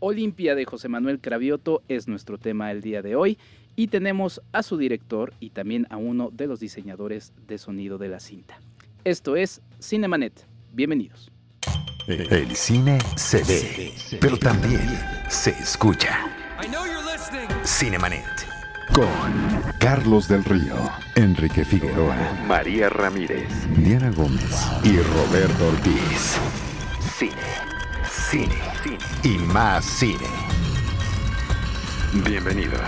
Olimpia de José Manuel Cravioto es nuestro tema el día de hoy y tenemos a su director y también a uno de los diseñadores de sonido de la cinta. Esto es Cinemanet. Bienvenidos. El cine se ve, pero también se escucha. Cinemanet. Con Carlos del Río, Enrique Figueroa, María Ramírez, Diana Gómez y Roberto Ortiz. Cine y más cine. Bienvenidos.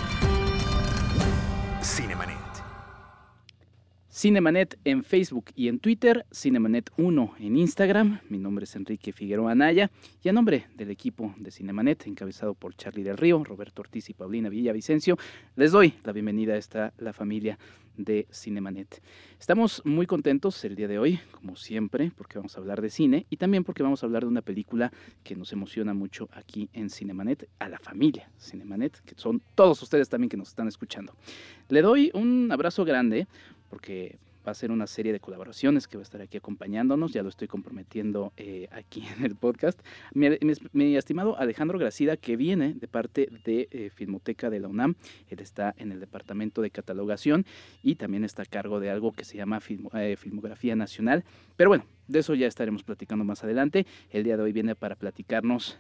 Cinemanet en Facebook y en Twitter, Cinemanet1 en Instagram. Mi nombre es Enrique Figueroa Anaya y a nombre del equipo de Cinemanet, encabezado por Charlie del Río, Roberto Ortiz y Paulina Villavicencio, les doy la bienvenida a la familia de Cinemanet. Estamos muy contentos el día de hoy, como siempre, porque vamos a hablar de cine y también porque vamos a hablar de una película que nos emociona mucho aquí en Cinemanet, a la familia Cinemanet, que son todos ustedes también que nos están escuchando. Le doy un abrazo grande porque va a ser una serie de colaboraciones que va a estar aquí acompañándonos, ya lo estoy comprometiendo aquí en el podcast. Mi estimado Alejandro Gracida, que viene de parte de Filmoteca de la UNAM, él está en el departamento de catalogación y también está a cargo de algo que se llama Filmografía Nacional, pero bueno, de eso ya estaremos platicando más adelante. El día de hoy viene para platicar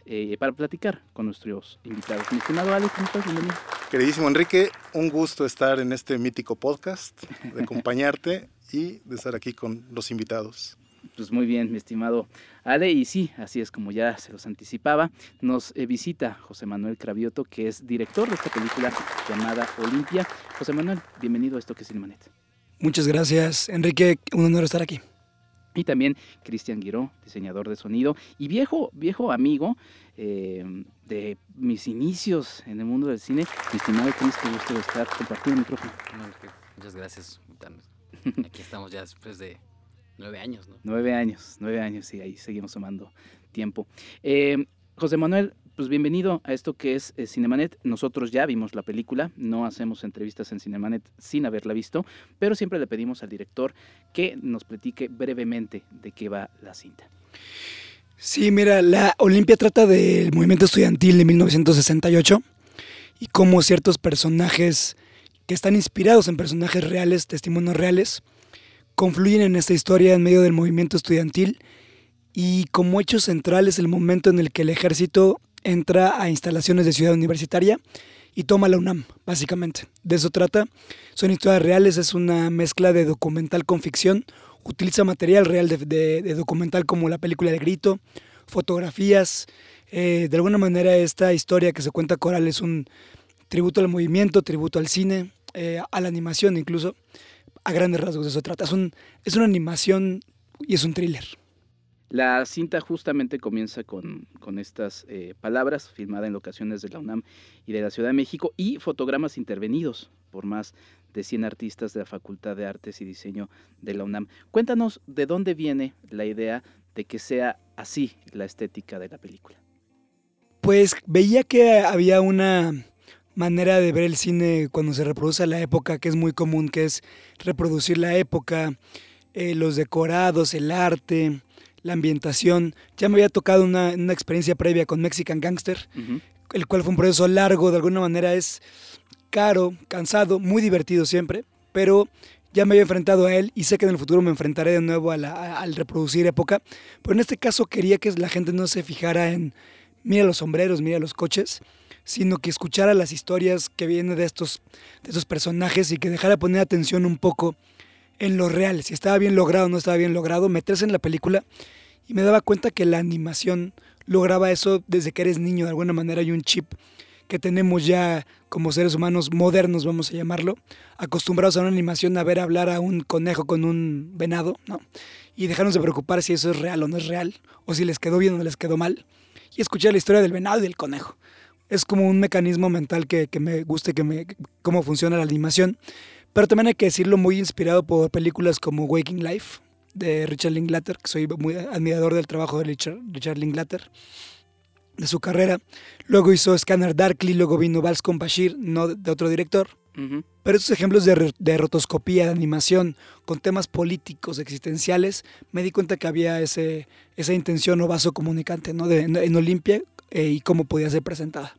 con nuestros invitados. Mi estimado Ale, ¿cómo estás? Bienvenido. Queridísimo Enrique, un gusto estar en este mítico podcast, de acompañarte y de estar aquí con los invitados. Pues muy bien, mi estimado Ale, y sí, así es como ya se los anticipaba, nos visita José Manuel Cravioto, que es director de esta película llamada Olimpia. José Manuel, bienvenido a esto que es Cinemanet. Muchas gracias, Enrique, un honor estar aquí. Y también Cristian Guiró, diseñador de sonido y viejo amigo de mis inicios en el mundo del cine. Mi estimado, tienes que gusto de estar compartiendo el micrófono. Muchas gracias. Aquí estamos ya después de 9 años, ¿no? 9 años y ahí seguimos sumando tiempo. José Manuel, pues bienvenido a esto que es Cinemanet. Nosotros ya vimos la película, no hacemos entrevistas en Cinemanet sin haberla visto, pero siempre le pedimos al director que nos platique brevemente de qué va la cinta. Sí, mira, la Olimpia trata del movimiento estudiantil de 1968 y cómo ciertos personajes que están inspirados en personajes reales, testimonios reales, confluyen en esta historia en medio del movimiento estudiantil y como hecho central es el momento en el que el ejército entra a instalaciones de Ciudad Universitaria y toma la UNAM, básicamente. De eso trata. Son historias reales, es una mezcla de documental con ficción. Utiliza material real de documental como la película El Grito, fotografías. De alguna manera esta historia que se cuenta coral es un tributo al movimiento, tributo al cine, a la animación incluso. A grandes rasgos de eso trata. Es una animación y es un thriller. La cinta justamente comienza con estas palabras, filmada en locaciones de la UNAM y de la Ciudad de México, y fotogramas intervenidos por más de 100 artistas de la Facultad de Artes y Diseño de la UNAM. Cuéntanos de dónde viene la idea de que sea así la estética de la película. Pues veía que había una manera de ver el cine cuando se reproduce la época, que es muy común, que es reproducir la época, los decorados, el arte, la ambientación. Ya me había tocado una experiencia previa con Mexican Gangster, el cual fue un proceso largo, de alguna manera es caro, cansado, muy divertido siempre, pero ya me había enfrentado a él y sé que en el futuro me enfrentaré de nuevo al reproducir época, pero en este caso quería que la gente no se fijara en mira los sombreros, mira los coches, sino que escuchara las historias que vienen de estos personajes y que dejara poner atención un poco en lo real, si estaba bien logrado o no estaba bien logrado, meterse en la película y me daba cuenta que la animación lograba eso desde que eres niño. De alguna manera hay un chip que tenemos ya como seres humanos modernos, vamos a llamarlo, acostumbrados a una animación, a ver hablar a un conejo con un venado, ¿no? Y dejarnos de preocupar si eso es real o no es real, o si les quedó bien o no les quedó mal, y escuchar la historia del venado y del conejo. Es como un mecanismo mental que me gusta, cómo funciona la animación. Pero también hay que decirlo, muy inspirado por películas como Waking Life, de Richard Linklater, que soy muy admirador del trabajo de Richard Linklater, de su carrera. Luego hizo Scanner Darkly, luego vino Vals con Bashir, no de otro director. Uh-huh. Pero esos ejemplos de rotoscopía, de animación, con temas políticos, existenciales, me di cuenta que había esa intención o vaso comunicante, ¿no? En Olimpia, y cómo podía ser presentada.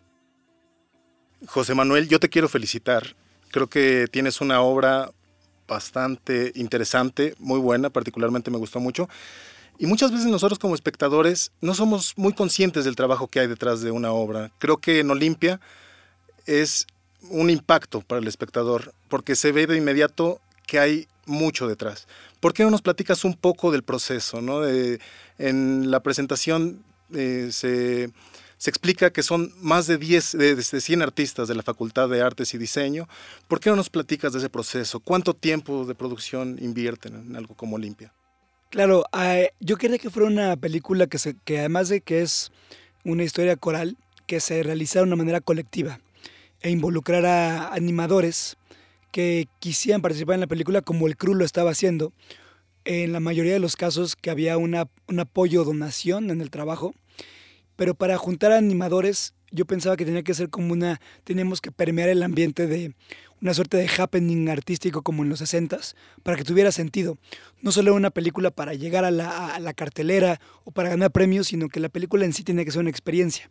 José Manuel, yo te quiero felicitar. Creo que tienes una obra bastante interesante, muy buena, particularmente me gustó mucho. Y muchas veces nosotros como espectadores no somos muy conscientes del trabajo que hay detrás de una obra. Creo que en Olimpia es un impacto para el espectador, porque se ve de inmediato que hay mucho detrás. ¿Por qué no nos platicas un poco del proceso, ¿no? En la presentación se explica que son más de 100 artistas de la Facultad de Artes y Diseño. ¿Por qué no nos platicas de ese proceso? ¿Cuánto tiempo de producción invierten en algo como Olimpia? Claro, yo quería que fuera una película que además de que es una historia coral, que se realizara de una manera colectiva e involucrara a animadores que quisieran participar en la película como el crew lo estaba haciendo. En la mayoría de los casos que había un apoyo o donación en el trabajo, pero para juntar a animadores yo pensaba que tenía que ser teníamos que permear el ambiente de una suerte de happening artístico como en los 60s, para que tuviera sentido. No solo una película para llegar a la cartelera o para ganar premios, sino que la película en sí tiene que ser una experiencia.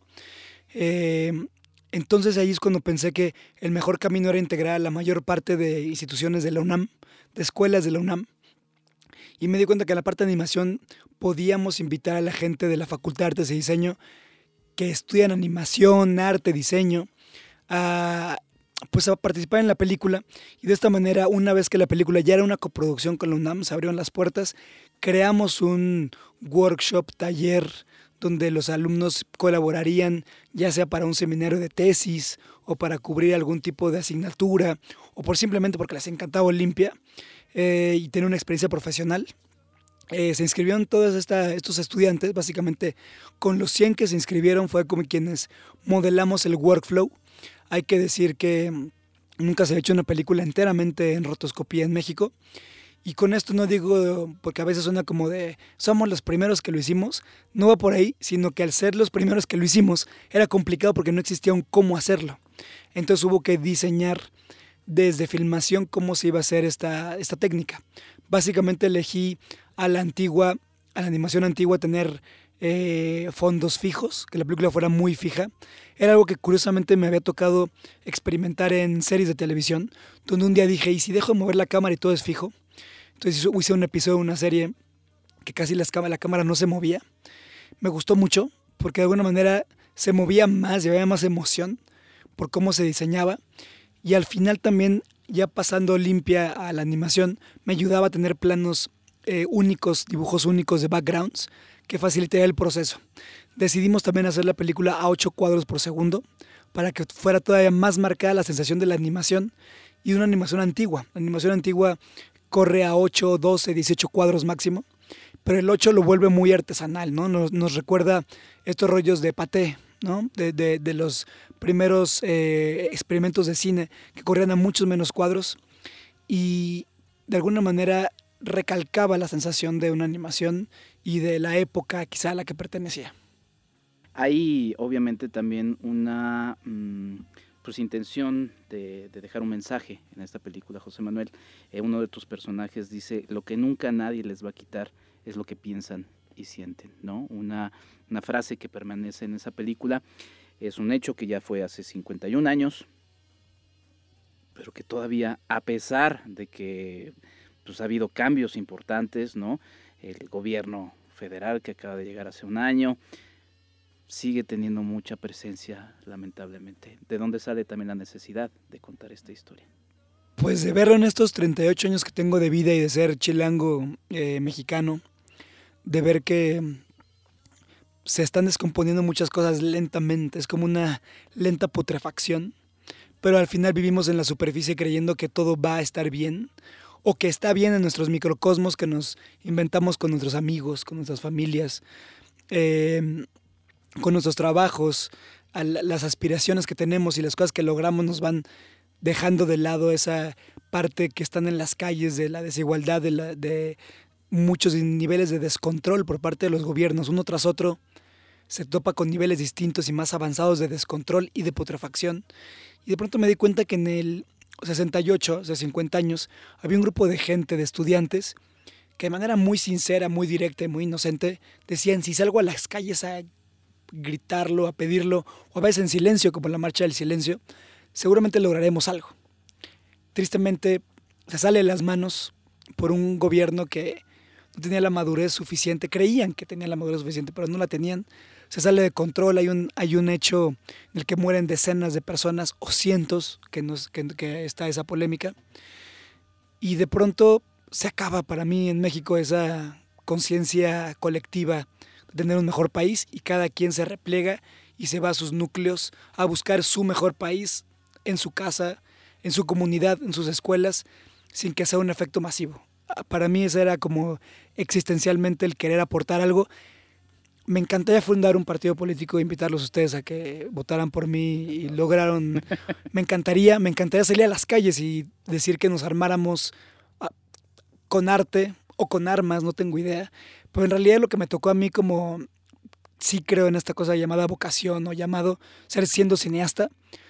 Entonces ahí es cuando pensé que el mejor camino era integrar a la mayor parte de instituciones de la UNAM, de escuelas de la UNAM, y me di cuenta que en la parte de animación podíamos invitar a la gente de la Facultad de Artes y Diseño que estudian animación, arte, diseño, a participar en la película. Y de esta manera, una vez que la película ya era una coproducción con la UNAM, se abrieron las puertas, creamos un workshop, taller, donde los alumnos colaborarían, ya sea para un seminario de tesis o para cubrir algún tipo de asignatura o simplemente porque les encantaba Olimpia y tener una experiencia profesional. Se inscribieron todos estos estudiantes, básicamente con los 100 que se inscribieron fue como quienes modelamos el workflow. Hay que decir que nunca se ha hecho una película enteramente en rotoscopía en México. Y con esto no digo, porque a veces suena como de somos los primeros que lo hicimos, no va por ahí, sino que al ser los primeros que lo hicimos era complicado porque no existía un cómo hacerlo. Entonces hubo que diseñar desde filmación cómo se iba a hacer esta técnica. Básicamente elegí a la animación antigua tener fondos fijos, que la película fuera muy fija. Era algo que curiosamente me había tocado experimentar en series de televisión, donde un día dije, ¿y si dejo de mover la cámara y todo es fijo? Entonces hice un episodio de una serie que casi la cámara no se movía. Me gustó mucho porque de alguna manera se movía más y había más emoción por cómo se diseñaba. Y al final también, ya pasando limpia a la animación, me ayudaba a tener planos únicos, dibujos únicos de backgrounds que facilitaría el proceso. Decidimos también hacer la película a 8 cuadros por segundo para que fuera todavía más marcada la sensación de la animación y una animación antigua. La animación antigua corre a 8, 12, 18 cuadros máximo, pero el 8 lo vuelve muy artesanal, ¿no? Nos recuerda estos rollos de Pathé, ¿no? De los primeros experimentos de cine que corrían a muchos menos cuadros y de alguna manera recalcaba la sensación de una animación y de la época quizá a la que pertenecía. Hay obviamente también una intención de dejar un mensaje en esta película, José Manuel. Uno de tus personajes dice, lo que nunca nadie les va a quitar es lo que piensan y sienten, ¿no? Una frase que permanece en esa película. Es un hecho que ya fue hace 51 años, pero que todavía, a pesar de que ha habido cambios importantes, ¿no? El gobierno federal que acaba de llegar hace un año sigue teniendo mucha presencia, lamentablemente. ¿De dónde sale también la necesidad de contar esta historia? Pues de verlo en estos 38 años que tengo de vida y de ser chilango mexicano, de ver que se están descomponiendo muchas cosas lentamente, es como una lenta putrefacción, pero al final vivimos en la superficie creyendo que todo va a estar bien, o que está bien en nuestros microcosmos que nos inventamos con nuestros amigos, con nuestras familias, con nuestros trabajos, las aspiraciones que tenemos y las cosas que logramos nos van dejando de lado esa parte que están en las calles de la desigualdad, de muchos niveles de descontrol por parte de los gobiernos. Uno tras otro se topa con niveles distintos y más avanzados de descontrol y de putrefacción. Y de pronto me di cuenta que en el 68, hace 50 años, había un grupo de gente, de estudiantes, que de manera muy sincera, muy directa y muy inocente, decían, si salgo a las calles a gritarlo, a pedirlo, o a veces en silencio, como en la Marcha del Silencio, seguramente lograremos algo. Tristemente, se sale de las manos por un gobierno que no tenía la madurez suficiente, creían que tenía la madurez suficiente, pero no la tenían. Se sale de control, hay un hecho en el que mueren decenas de personas o cientos, que está esa polémica, y de pronto se acaba para mí en México esa conciencia colectiva de tener un mejor país, y cada quien se replega y se va a sus núcleos a buscar su mejor país en su casa, en su comunidad, en sus escuelas, sin que sea un efecto masivo. Para mí ese era como existencialmente el querer aportar algo. Me encantaría fundar un partido político e invitarlos a ustedes a que votaran por mí, y lograron. Me encantaría salir a las calles y decir que nos armáramos con arte o con armas, no tengo idea, pero en realidad lo que me tocó a mí, como sí creo en esta cosa llamada vocación o llamado ser siendo cineasta,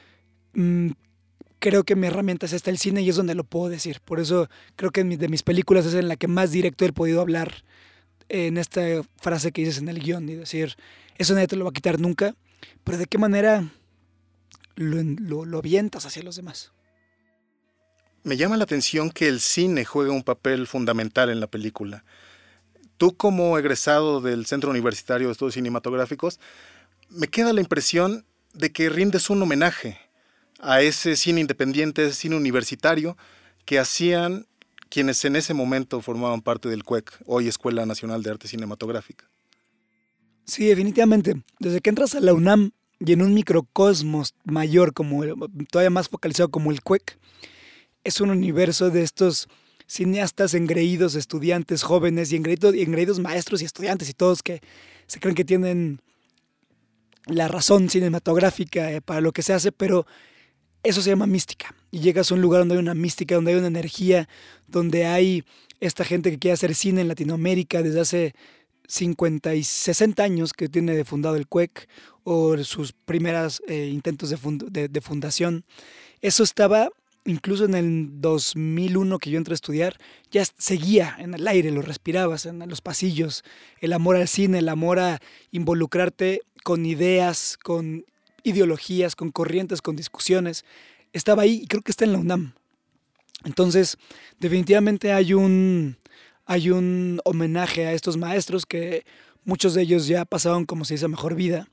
creo que mi herramienta es esta, el cine, y es donde lo puedo decir. Por eso creo que de mis películas es en la que más directo he podido hablar en esta frase que dices en el guión, y decir, eso nadie te lo va a quitar nunca, pero de qué manera lo avientas hacia los demás. Me llama la atención que el cine juega un papel fundamental en la película. Tú, como egresado del Centro Universitario de Estudios Cinematográficos, me queda la impresión de que rindes un homenaje a ese cine independiente, ese cine universitario que hacían quienes en ese momento formaban parte del CUEC, hoy Escuela Nacional de Arte Cinematográfica. Sí, definitivamente. Desde que entras a la UNAM y en un microcosmos mayor, todavía más focalizado como el CUEC, es un universo de estos cineastas engreídos, estudiantes jóvenes, y engreídos maestros y estudiantes, y todos que se creen que tienen la razón cinematográfica para lo que se hace, pero eso se llama mística. Y llegas a un lugar donde hay una mística, donde hay una energía, donde hay esta gente que quiere hacer cine en Latinoamérica desde hace 50 y 60 años que tiene de fundado el CUEC, o sus primeros intentos de fundación. Eso estaba incluso en el 2001, que yo entré a estudiar, ya seguía en el aire, lo respirabas en los pasillos, el amor al cine, el amor a involucrarte con ideas, con ideologías, con corrientes, con discusiones. Estaba ahí, y creo que está en la UNAM. Entonces, definitivamente hay un homenaje a estos maestros, que muchos de ellos ya pasaron, como se dice, a mejor vida.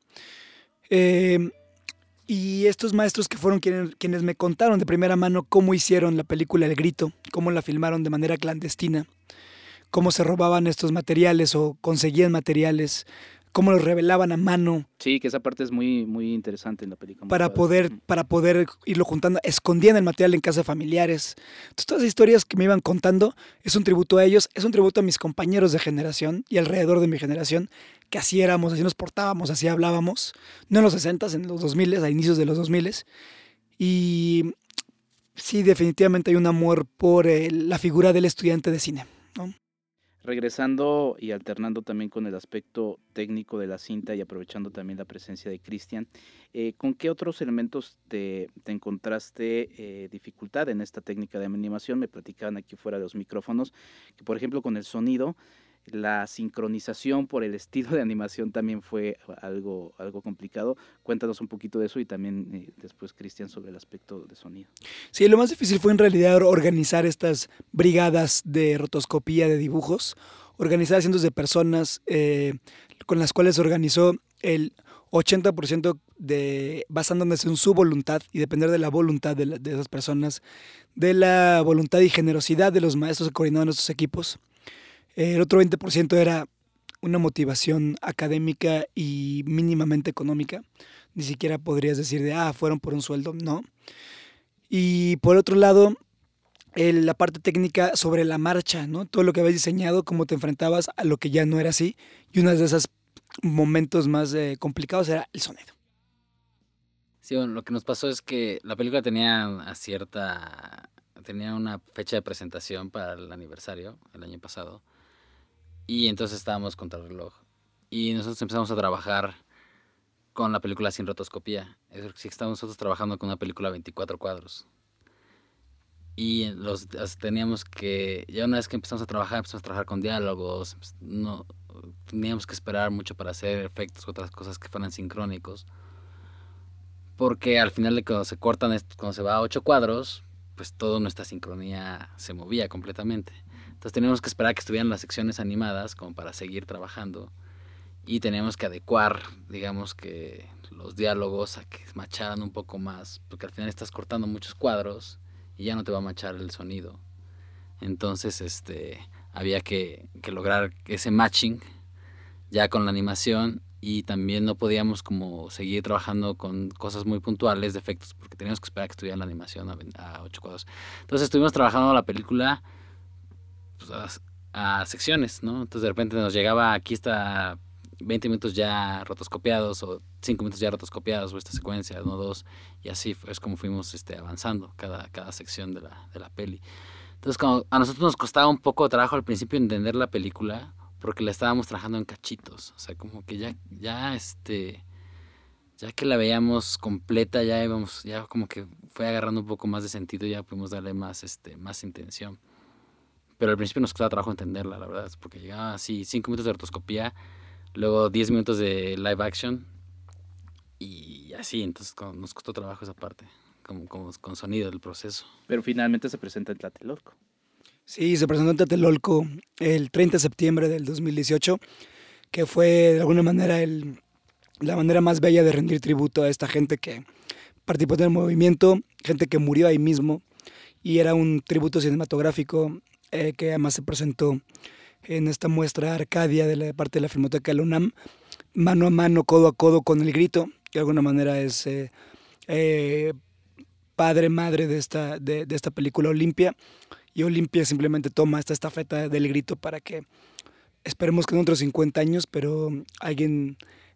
Y estos maestros que fueron quienes me contaron de primera mano cómo hicieron la película El Grito, cómo la filmaron de manera clandestina, cómo se robaban estos materiales o conseguían materiales, cómo los revelaban a mano. Sí, que esa parte es muy, muy interesante en la película. Para poder irlo juntando, escondían el material en casa de familiares. Entonces, todas las historias que me iban contando es un tributo a ellos, es un tributo a mis compañeros de generación y alrededor de mi generación, que así éramos, así nos portábamos, así hablábamos, no en los 60s, en los 2000s, a inicios de los 2000s. Y sí, definitivamente hay un amor por la figura del estudiante de cine, ¿no? Regresando y alternando también con el aspecto técnico de la cinta y aprovechando también la presencia de Cristian, ¿con qué otros elementos te encontraste dificultad en esta técnica de animación? Me platicaban aquí fuera de los micrófonos que, por ejemplo, con el sonido, la sincronización por el estilo de animación también fue algo complicado. Cuéntanos un poquito de eso, y también después, Cristian, sobre el aspecto de sonido. Sí, lo más difícil fue en realidad organizar estas brigadas de rotoscopía de dibujos, organizar cientos de personas con las cuales se organizó el 80% basándonos en su voluntad, y depender de la voluntad de esas personas, de la voluntad y generosidad de los maestros que coordinaban estos equipos. El otro 20% era una motivación académica y mínimamente económica. Ni siquiera podrías decir fueron por un sueldo, no. Y por otro lado, la parte técnica sobre la marcha, ¿no? Todo lo que habías diseñado, cómo te enfrentabas a lo que ya no era así. Y uno de esos momentos más complicados era el sonido. Sí, bueno, lo que nos pasó es que la película tenía una fecha de presentación para el aniversario el año pasado. Y entonces estábamos contra el reloj. Y nosotros empezamos a trabajar con la película sin rotoscopía. Es decir, sí, estábamos nosotros trabajando con una película 24 cuadros. Y teníamos que, ya una vez que empezamos a trabajar con diálogos, teníamos que esperar mucho para hacer efectos, otras cosas que fueran sincrónicos. Porque al final de cuando se cortan, cuando se va a 8 cuadros, pues toda nuestra sincronía se movía completamente. Entonces teníamos que esperar que estuvieran las secciones animadas como para seguir trabajando. Y teníamos que adecuar, digamos que los diálogos a que macharan un poco más, porque al final estás cortando muchos cuadros y ya no te va a machar el sonido. Entonces había que lograr ese matching ya con la animación, y también no podíamos como seguir trabajando con cosas muy puntuales de efectos porque teníamos que esperar a que estuviera la animación a 8 cuadros. Entonces estuvimos trabajando la película pues, a secciones, ¿no? Entonces de repente nos llegaba, aquí está 20 minutos ya rotoscopiados o 5 minutos ya rotoscopiados o esta secuencia, 1, 2, y así es como fuimos avanzando cada sección de la peli. Entonces como a nosotros nos costaba un poco de trabajo al principio entender la película porque la estábamos trabajando en cachitos, o sea, como que ya que la veíamos completa, ya como que fue agarrando un poco más de sentido, ya pudimos darle más intención. Pero al principio nos costaba trabajo entenderla, la verdad, porque llegaba así 5 minutos de rotoscopía, luego 10 minutos de live action y así, entonces nos costó trabajo esa parte, como con sonido del proceso. Pero finalmente se presenta en Tlatelolco. Sí, se presentó en Tlatelolco el 30 de septiembre del 2018, que fue de alguna manera la manera más bella de rendir tributo a esta gente que participó en el movimiento, gente que murió ahí mismo, y era un tributo cinematográfico que además se presentó en esta muestra Arcadia de la parte de la Filmoteca de la UNAM, mano a mano, codo a codo con El Grito, que de alguna manera es padre, madre de esta película Olimpia, y Olimpia simplemente toma esta estafeta del Grito para que, esperemos que en otros 50 años, pero alguien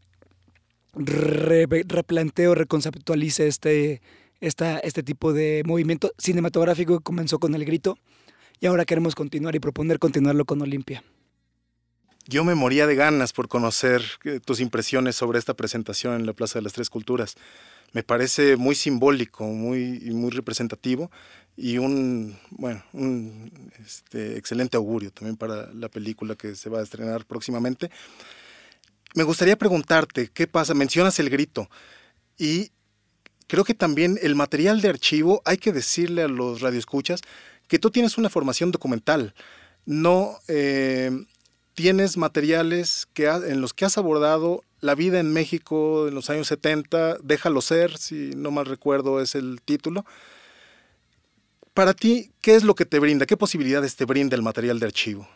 replantee o reconceptualice este tipo de movimiento cinematográfico que comenzó con El Grito, y ahora queremos continuar y proponer continuarlo con Olimpia. Yo me moría de ganas por conocer tus impresiones sobre esta presentación en la Plaza de las Tres Culturas. Me parece muy simbólico, muy representativo y un excelente augurio también para la película que se va a estrenar próximamente. Me gustaría preguntarte, ¿qué pasa? Mencionas El Grito y creo que también el material de archivo, hay que decirle a los radioescuchas que tú tienes una formación documental, no tienes materiales en los que has abordado la vida en México en los años 70, Déjalo ser, si no mal recuerdo es el título. Para ti, ¿qué es lo que te brinda? ¿Qué posibilidades te brinda el material de archivo?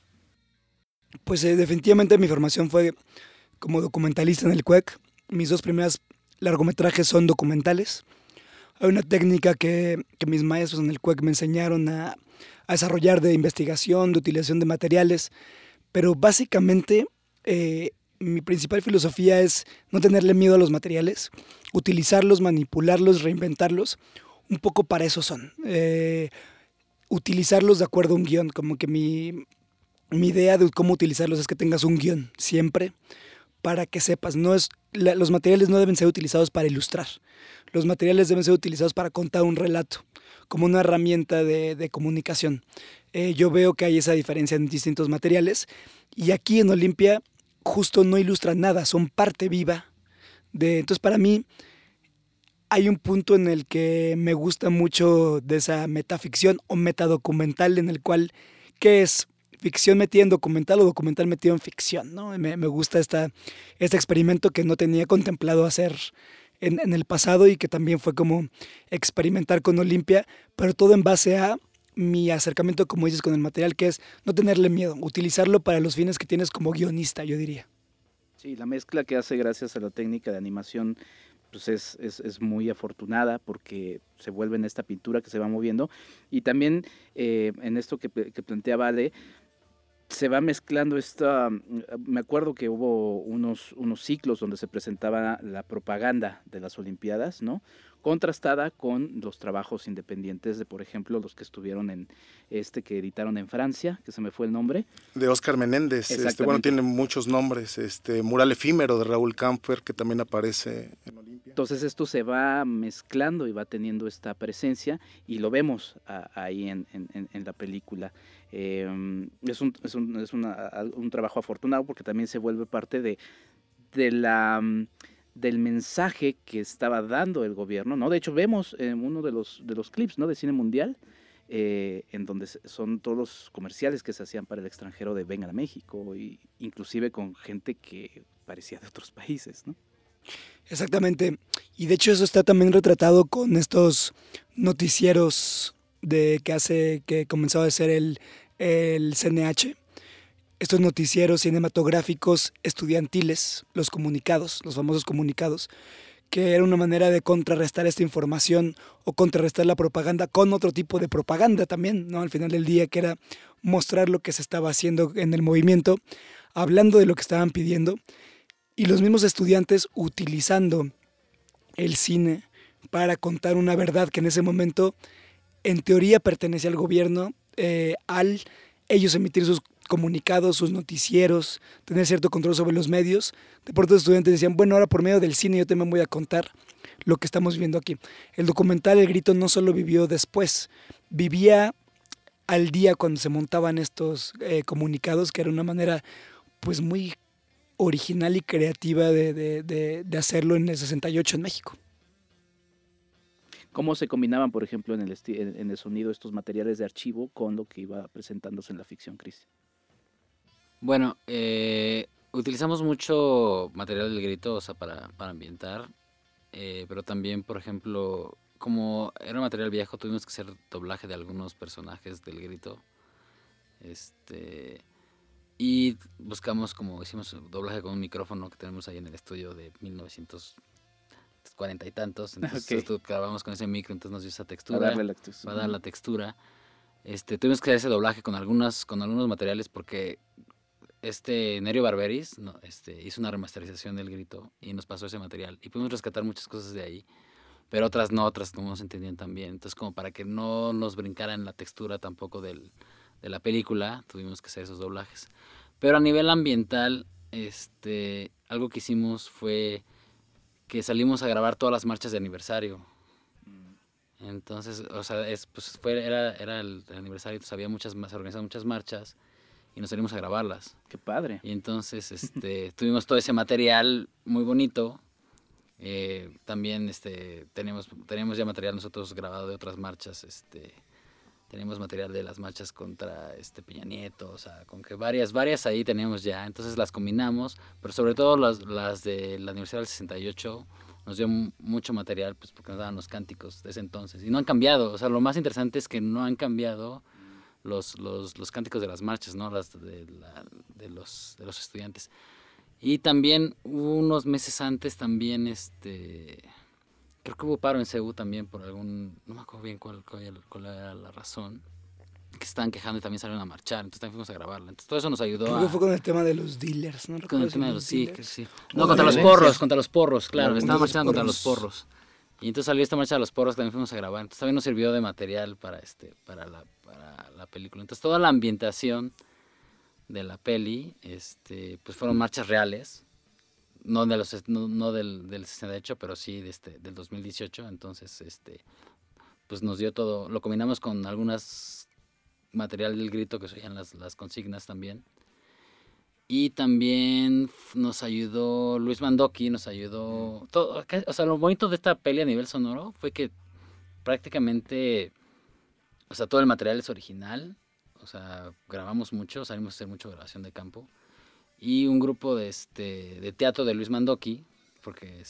Pues definitivamente mi formación fue como documentalista en el CUEC. Mis 2 primeras largometrajes son documentales. Hay una técnica que mis maestros en el CUEC me enseñaron a desarrollar de investigación, de utilización de materiales, pero básicamente mi principal filosofía es no tenerle miedo a los materiales, utilizarlos, manipularlos, reinventarlos. Un poco para eso son. Utilizarlos de acuerdo a un guión, como que mi idea de cómo utilizarlos es que tengas un guión siempre para que sepas. Los materiales no deben ser utilizados para ilustrar. Los materiales deben ser utilizados para contar un relato, como una herramienta de comunicación. Yo veo que hay esa diferencia en distintos materiales y aquí en Olimpia justo no ilustran nada, son parte viva. Entonces para mí hay un punto en el que me gusta mucho de esa metaficción o metadocumental en el cual, ¿qué es? Ficción metida en documental o documental metido en ficción, ¿no? Me gusta este experimento que no tenía contemplado hacer en el pasado y que también fue como experimentar con Olimpia, pero todo en base a mi acercamiento, como dices, con el material, que es no tenerle miedo, utilizarlo para los fines que tienes como guionista, yo diría. Sí, la mezcla que hace gracias a la técnica de animación pues es muy afortunada porque se vuelve en esta pintura que se va moviendo y también en esto que planteaba Ale, se va mezclando me acuerdo que hubo unos ciclos donde se presentaba la propaganda de las Olimpiadas, ¿no? contrastada con los trabajos independientes de, por ejemplo, los que estuvieron en que editaron en Francia, que se me fue el nombre. De Óscar Menéndez, tiene muchos nombres, Mural Efímero de Raúl Camper, que también aparece en Olimpia. Entonces esto se va mezclando y va teniendo esta presencia y lo vemos ahí en la película. Es un trabajo afortunado porque también se vuelve parte del mensaje que estaba dando el gobierno, ¿no? De hecho, vemos uno de los clips, ¿no?, de Cine Mundial, en donde son todos los comerciales que se hacían para el extranjero de Vengan a México, y inclusive con gente que parecía de otros países, ¿no? Exactamente. Y de hecho eso está también retratado con estos noticieros que comenzaba a hacer el CNH. Estos noticieros cinematográficos estudiantiles, los comunicados, los famosos comunicados, que era una manera de contrarrestar esta información o contrarrestar la propaganda con otro tipo de propaganda también, ¿no? Al final del día, que era mostrar lo que se estaba haciendo en el movimiento, hablando de lo que estaban pidiendo, y los mismos estudiantes utilizando el cine para contar una verdad que en ese momento, en teoría, pertenecía al gobierno, al ellos emitir sus comunicados, sus noticieros, tener cierto control sobre los medios. De pronto los estudiantes decían, bueno, ahora por medio del cine yo también voy a contar lo que estamos viendo aquí. El documental El Grito no solo vivió después, vivía al día cuando se montaban estos comunicados, que era una manera pues muy original y creativa de hacerlo en el 68 en México. ¿Cómo se combinaban, por ejemplo, en el sonido estos materiales de archivo con lo que iba presentándose en la ficción, Cristian? Bueno, utilizamos mucho material del Grito, o sea, para ambientar, pero también, por ejemplo, como era material viejo, tuvimos que hacer doblaje de algunos personajes del Grito, y buscamos, como hicimos doblaje con un micrófono que tenemos ahí en el estudio de 1940 y tantos, entonces grabamos con ese micro, entonces nos dio esa textura, para dar la textura. Tuvimos que hacer ese doblaje con algunos materiales porque Nerio Barberis hizo una remasterización del Grito y nos pasó ese material y pudimos rescatar muchas cosas de ahí, pero otras no se entendían tan bien. Entonces, como para que no nos brincaran la textura tampoco de la película, tuvimos que hacer esos doblajes. Pero a nivel ambiental, algo que hicimos fue que salimos a grabar todas las marchas de aniversario. Entonces, o sea, era el aniversario, entonces se organizaban muchas marchas y nos salimos a grabarlas. ¡Qué padre! Y entonces tuvimos todo ese material muy bonito. También teníamos ya material nosotros grabado de otras marchas. Teníamos material de las marchas contra Peña Nieto, o sea, con que varias ahí teníamos ya. Entonces las combinamos, pero sobre todo las del aniversario del 68 nos dio mucho material, pues porque nos daban los cánticos de ese entonces. Y no han cambiado, o sea, lo más interesante es que no han cambiado los cánticos de las marchas, ¿no? De los estudiantes. Y también unos meses antes también creo que hubo paro en CEU también por no me acuerdo bien cuál era la razón, que se estaban quejando y también salieron a marchar, entonces también fuimos a grabarla. Entonces todo eso nos ayudó. Creo que fue con el tema de los dealers, ¿no? Con el tema de los dealers. Sí. No, contra los porros, claro, estaban marchando contra los porros. Y entonces salió esta marcha de los porros, también fuimos a grabar. Entonces también nos sirvió de material para la película. Entonces toda la ambientación de la peli, pues fueron marchas reales. No del 68, pero sí del 2018. Entonces, pues nos dio todo. Lo combinamos con algunas material del Grito que se oían las consignas también. Y también nos ayudó Luis Mandoki, todo. O sea, lo bonito de esta peli a nivel sonoro fue que prácticamente, o sea, todo el material es original. O sea, grabamos mucho, salimos a hacer mucha grabación de campo. Y un grupo de teatro de Luis Mandoki, porque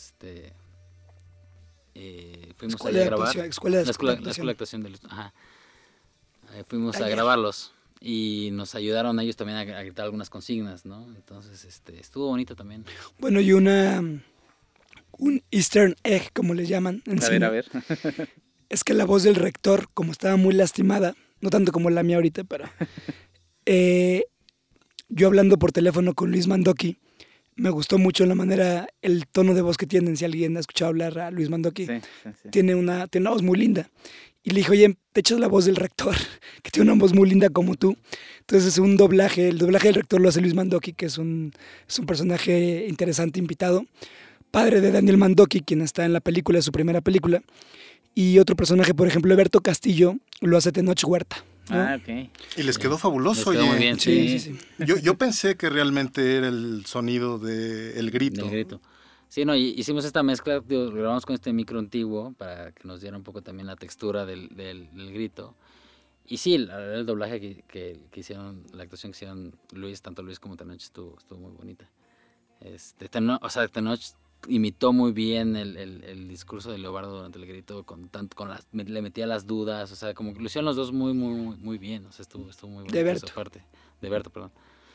fuimos a grabar la escuela de actuación de Luis. Ajá. Fuimos a grabarlos y nos ayudaron ellos también a gritar algunas consignas, ¿no? Entonces estuvo bonito también. Bueno, y un Easter egg, como les llaman en cine. A ver. Es que la voz del rector, como estaba muy lastimada, no tanto como la mía ahorita, pero yo hablando por teléfono con Luis Mandoki, me gustó mucho la manera, el tono de voz que tienen. Si alguien ha escuchado hablar a Luis Mandoki, tiene una voz muy linda. Y le dije, oye, te echas la voz del rector, que tiene una voz muy linda como tú. Entonces el doblaje del rector lo hace Luis Mandoki, que es un personaje interesante, invitado. Padre de Daniel Mandoki, quien está en la película, su primera película. Y otro personaje, por ejemplo, Alberto Castillo, lo hace Tenoch Huerta, ¿no? Ah, ok. Y les quedó fabuloso. Les quedó muy bien, sí. Yo pensé que realmente era el sonido del grito. Del grito. Sí, no, hicimos esta mezcla, lo grabamos con este micro antiguo para que nos diera un poco también la textura del grito. Y sí, el doblaje que hicieron, la actuación que hicieron tanto Luis como Tenoch estuvo muy bonita. Tenoch imitó muy bien el discurso de Leobardo durante el grito, le metía las dudas, o sea, como que lo hicieron los dos muy, muy, muy bien, o sea, estuvo muy bonito esa parte. De Berto, perdón.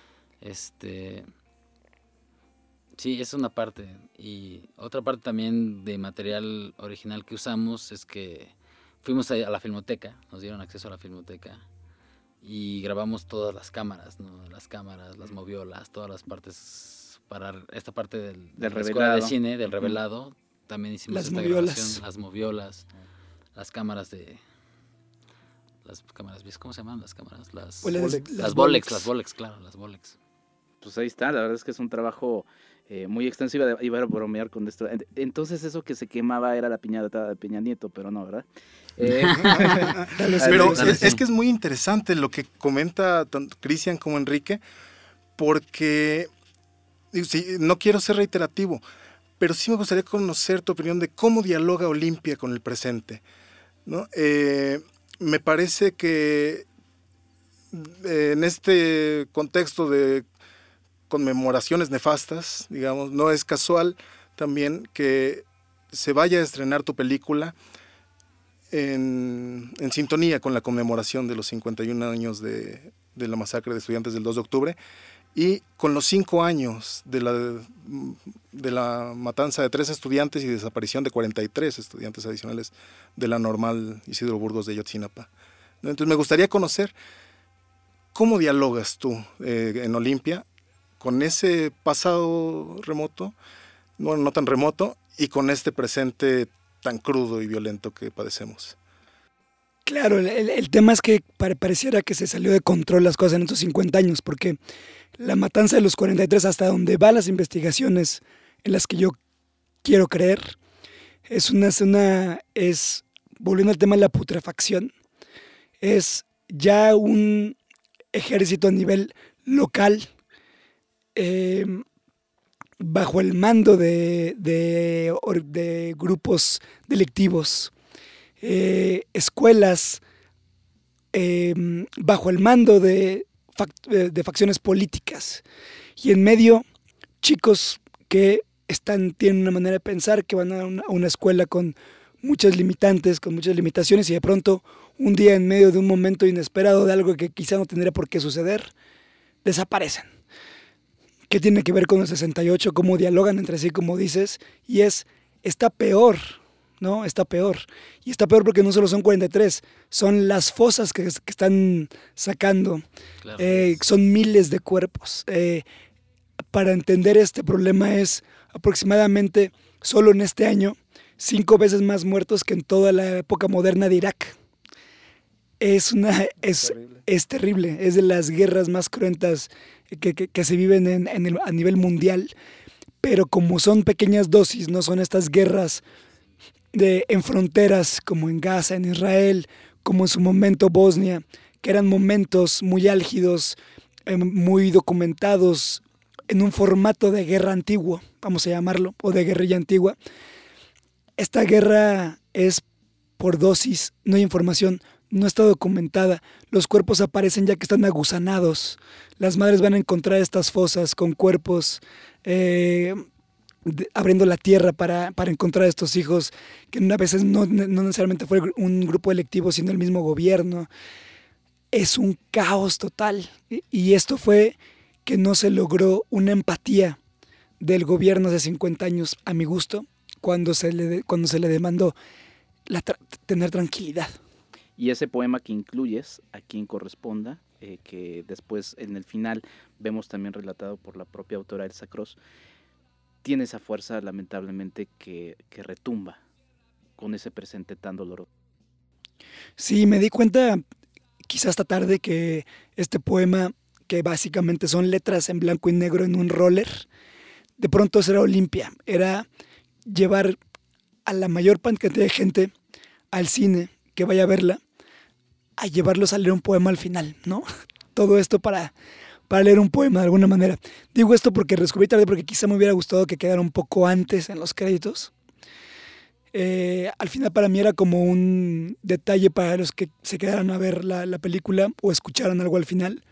Sí, es una parte. Y otra parte también de material original que usamos es que fuimos a la Filmoteca, nos dieron acceso a la Filmoteca y grabamos todas las cámaras, ¿no? Las cámaras, las moviolas, todas las partes para esta parte del revelado de cine, del revelado. También hicimos las esta moviolas. grabación, las moviolas, las cámaras ¿cómo se llaman las cámaras? Las Bolex, claro, las Bolex. Pues ahí está, la verdad es que es un trabajo muy extensivo. Iba a bromear con esto. Entonces eso que se quemaba era la piñata de Peña Nieto, pero no, ¿verdad? Pero es que es muy interesante lo que comenta tanto Cristian como Enrique, porque sí, no quiero ser reiterativo, pero sí me gustaría conocer tu opinión de cómo dialoga Olimpia con el presente, ¿no? Me parece que en este contexto de conmemoraciones nefastas, digamos, no es casual también que se vaya a estrenar tu película en sintonía con la conmemoración de los 51 años de la masacre de estudiantes del 2 de octubre y con los 5 años de la matanza de 3 estudiantes y desaparición de 43 estudiantes adicionales de la normal Isidro Burgos de Ayotzinapa. Entonces me gustaría conocer cómo dialogas tú en Olimpia con ese pasado remoto, no tan remoto, y con este presente tan crudo y violento que padecemos. Claro, el tema es que pareciera que se salió de control las cosas en estos 50 años, porque la matanza de los 43, hasta donde van las investigaciones en las que yo quiero creer, es volviendo al tema de la putrefacción, es ya un ejército a nivel local, bajo el mando de grupos delictivos, escuelas bajo el mando de facciones políticas, y en medio chicos que tienen una manera de pensar, que van a una escuela con muchas limitantes, con muchas limitaciones, y de pronto un día en medio de un momento inesperado de algo que quizá no tendría por qué suceder, desaparecen. ¿Qué tiene que ver con el 68? ¿Cómo dialogan entre sí, como dices? Y está peor, ¿no? Está peor. Y está peor porque no solo son 43, son las fosas que están sacando. Claro, son miles de cuerpos. Para entender este problema es aproximadamente, solo en este año, 5 veces más muertos que en toda la época moderna de Irak. Es terrible, es de las guerras más cruentas que se viven a nivel mundial, pero como son pequeñas dosis, no son estas guerras en fronteras como en Gaza, en Israel, como en su momento Bosnia, que eran momentos muy álgidos, muy documentados, en un formato de guerra antiguo, vamos a llamarlo, o de guerrilla antigua. Esta guerra es por dosis, no hay información, no está documentada, los cuerpos aparecen ya que están aguzanados, las madres van a encontrar estas fosas con cuerpos abriendo la tierra para encontrar a estos hijos, que a veces no necesariamente fue un grupo electivo, sino el mismo gobierno. Es un caos total, y esto fue que no se logró una empatía del gobierno de 50 años, a mi gusto, cuando se le demandó tener tranquilidad. Y ese poema que incluyes, a quien corresponda, que después en el final vemos también relatado por la propia autora Elsa Cross, tiene esa fuerza, lamentablemente, que retumba con ese presente tan doloroso. Sí, me di cuenta quizás esta tarde que este poema, que básicamente son letras en blanco y negro en un roller, de pronto era Olimpia, era llevar a la mayor cantidad de gente al cine que vaya a verla, a llevarlos a leer un poema al final, ¿no? Todo esto para leer un poema de alguna manera. Digo esto porque descubrí tarde, porque quizá me hubiera gustado que quedara un poco antes en los créditos. Al final para mí era como un detalle para los que se quedaran a ver la película o escucharan algo al final.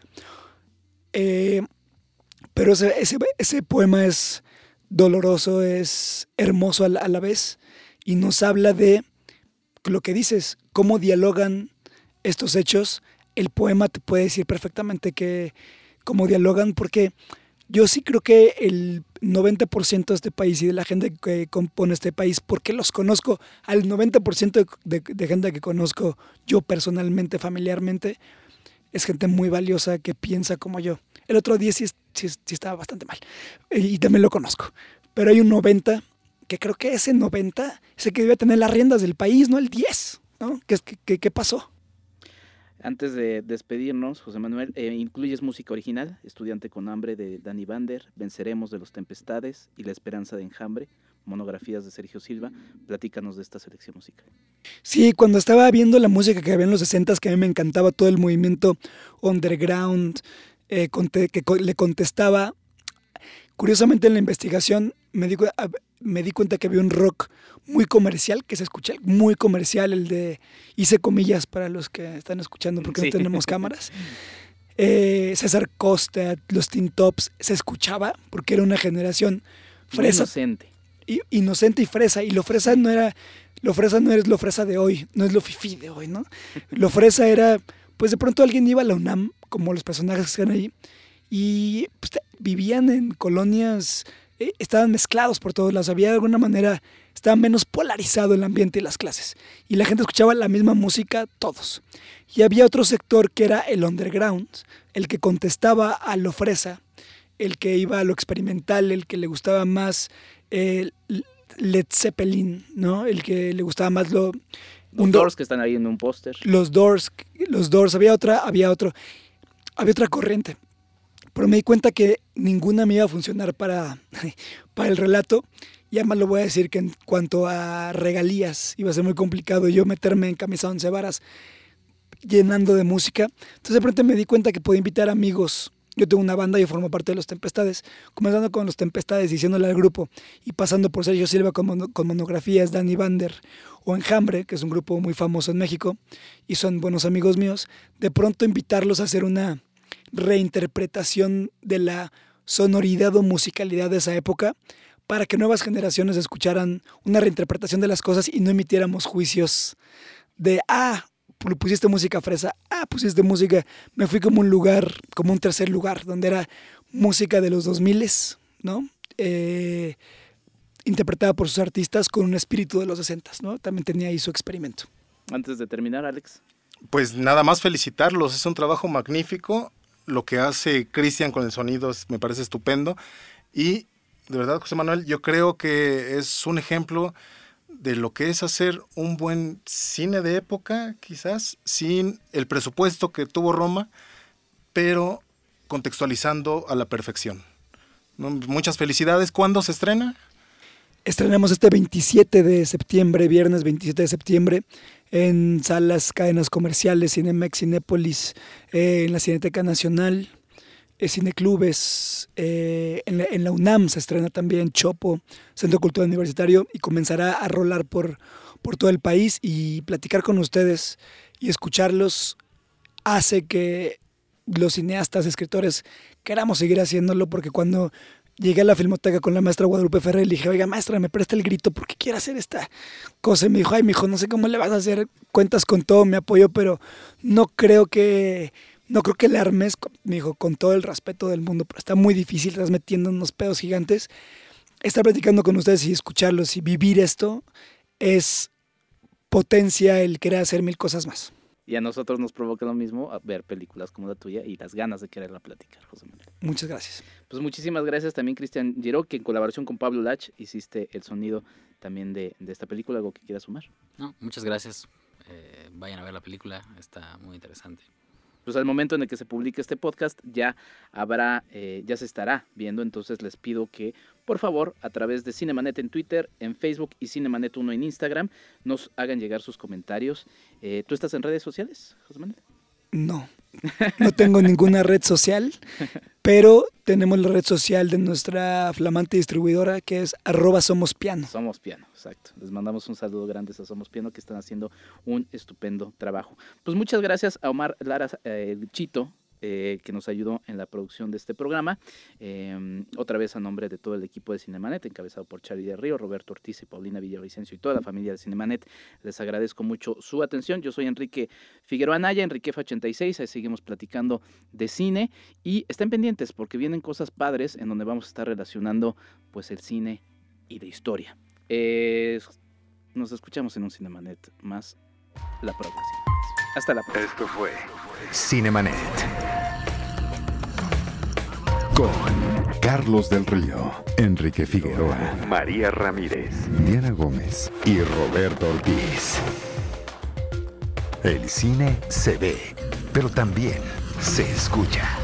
Pero ese poema es doloroso, es hermoso a la vez, y nos habla de lo que dices, cómo dialogan estos hechos. El poema te puede decir perfectamente cómo dialogan, porque yo sí creo que el 90% de este país y de la gente que compone este país, porque los conozco, al 90% de gente que conozco yo personalmente, familiarmente, es gente muy valiosa que piensa como yo. El otro día sí estaba bastante mal y también lo conozco, pero hay un 90 que creo que ese 90 es el que debe tener las riendas del país, no el 10, ¿no? ¿Qué pasó? Antes de despedirnos, José Manuel, incluyes música original, Estudiante con hambre de Dani Bander, Venceremos de los Tempestades y La Esperanza de Enjambre, monografías de Sergio Silva. Platícanos de esta selección musical. Sí, cuando estaba viendo la música que había en los 60s, que a mí me encantaba todo el movimiento underground, que le contestaba. Curiosamente en la investigación me di cuenta que había un rock muy comercial, que se escucha muy comercial, el de, hice comillas para los que están escuchando porque sí, no tenemos cámaras. César Costa, los Teen Tops, se escuchaba porque era una generación fresa. Inocente y fresa. Y lo fresa no es lo fresa de hoy, no es lo fifí de hoy, ¿no? Lo fresa era, pues de pronto alguien iba a la UNAM, como los personajes que están ahí, y pues, vivían en colonias, estaban mezclados por todos lados, había de alguna manera, estaba menos polarizado el ambiente y las clases, y la gente escuchaba la misma música todos. Y había otro sector que era el underground, el que contestaba a lo fresa, el que iba a lo experimental, el que le gustaba más Led Zeppelin, ¿no? El que le gustaba más los Doors, que están ahí en un póster. Los Doors, había otra corriente. Pero me di cuenta que ninguna me iba a funcionar para el relato. Y además lo voy a decir que en cuanto a regalías iba a ser muy complicado yo meterme en camisa 11 varas llenando de música. Entonces de pronto me di cuenta que podía invitar amigos. Yo tengo una banda, yo formo parte de Los Tempestades, comenzando con Los Tempestades, diciéndole al grupo, y pasando por Sergio Silva con monografías, Dani Bander o Enjambre, que es un grupo muy famoso en México, y son buenos amigos míos, de pronto invitarlos a hacer una reinterpretación de la sonoridad o musicalidad de esa época, para que nuevas generaciones escucharan una reinterpretación de las cosas y no emitiéramos juicios de, pusiste música fresa, pusiste música, me fui como un tercer lugar, donde era música de los 2000s, ¿no? Interpretada por sus artistas con un espíritu de los 60s, ¿no? También tenía ahí su experimento. Antes de terminar, Alex. Pues nada más felicitarlos, es un trabajo magnífico, lo que hace Cristian con el sonido me parece estupendo, y de verdad, José Manuel, yo creo que es un ejemplo de lo que es hacer un buen cine de época, quizás, sin el presupuesto que tuvo Roma, pero contextualizando a la perfección. Muchas felicidades. ¿Cuándo se estrena? Estrenamos este 27 de septiembre, viernes 27 de septiembre, en salas, cadenas comerciales, Cinemex, Cinépolis, en la Cineteca Nacional, cineclubes, en la UNAM se estrena también Chopo, Centro Cultural Universitario, y comenzará a rolar por todo el país, y platicar con ustedes y escucharlos hace que los cineastas, escritores queramos seguir haciéndolo, porque cuando llegué a la Filmoteca con la maestra Guadalupe Ferrer, le dije, oiga maestra, me presta el grito porque quiero hacer esta cosa, y me dijo, mijo, no sé cómo le vas a hacer, cuentas con todo mi apoyo, pero no creo que le armes, me dijo, con todo el respeto del mundo, pero está muy difícil, estás metiendo unos pedos gigantes. Estar platicando con ustedes y escucharlos y vivir esto es potencia el querer hacer mil cosas más. Y a nosotros nos provoca lo mismo ver películas como la tuya y las ganas de quererla platicar, José Manuel. Muchas gracias. Pues muchísimas gracias también, Cristian Giró, que en colaboración con Pablo Lach hiciste el sonido también de esta película. ¿Algo que quieras sumar? No, muchas gracias. Vayan a ver la película, está muy interesante. Pues al momento en el que se publique este podcast ya ya se estará viendo, entonces les pido que por favor a través de Cinemanet en Twitter, en Facebook y Cinemanet 1 en Instagram nos hagan llegar sus comentarios. ¿Tú estás en redes sociales, José Manuel? No tengo ninguna red social, pero tenemos la red social de nuestra flamante distribuidora que es @SomosPiano. Somos Piano, exacto. Les mandamos un saludo grande a Somos Piano que están haciendo un estupendo trabajo. Pues muchas gracias a Omar Lara Chito, que nos ayudó en la producción de este programa. Otra vez a nombre de todo el equipo de Cinemanet, encabezado por Charly del Río, Roberto Ortiz y Paulina Villavicencio y toda la familia de Cinemanet, les agradezco mucho su atención. Yo soy Enrique Figueroa Anaya, Enriquefa86, ahí seguimos platicando de cine y estén pendientes porque vienen cosas padres en donde vamos a estar relacionando pues el cine y la historia. Nos escuchamos en un Cinemanet más la próxima. Hasta la próxima. Esto fue Cinemanet con Carlos del Río, Enrique Figueroa, María Ramírez, Diana Gómez y Roberto Ortiz. El cine se ve, pero también se escucha.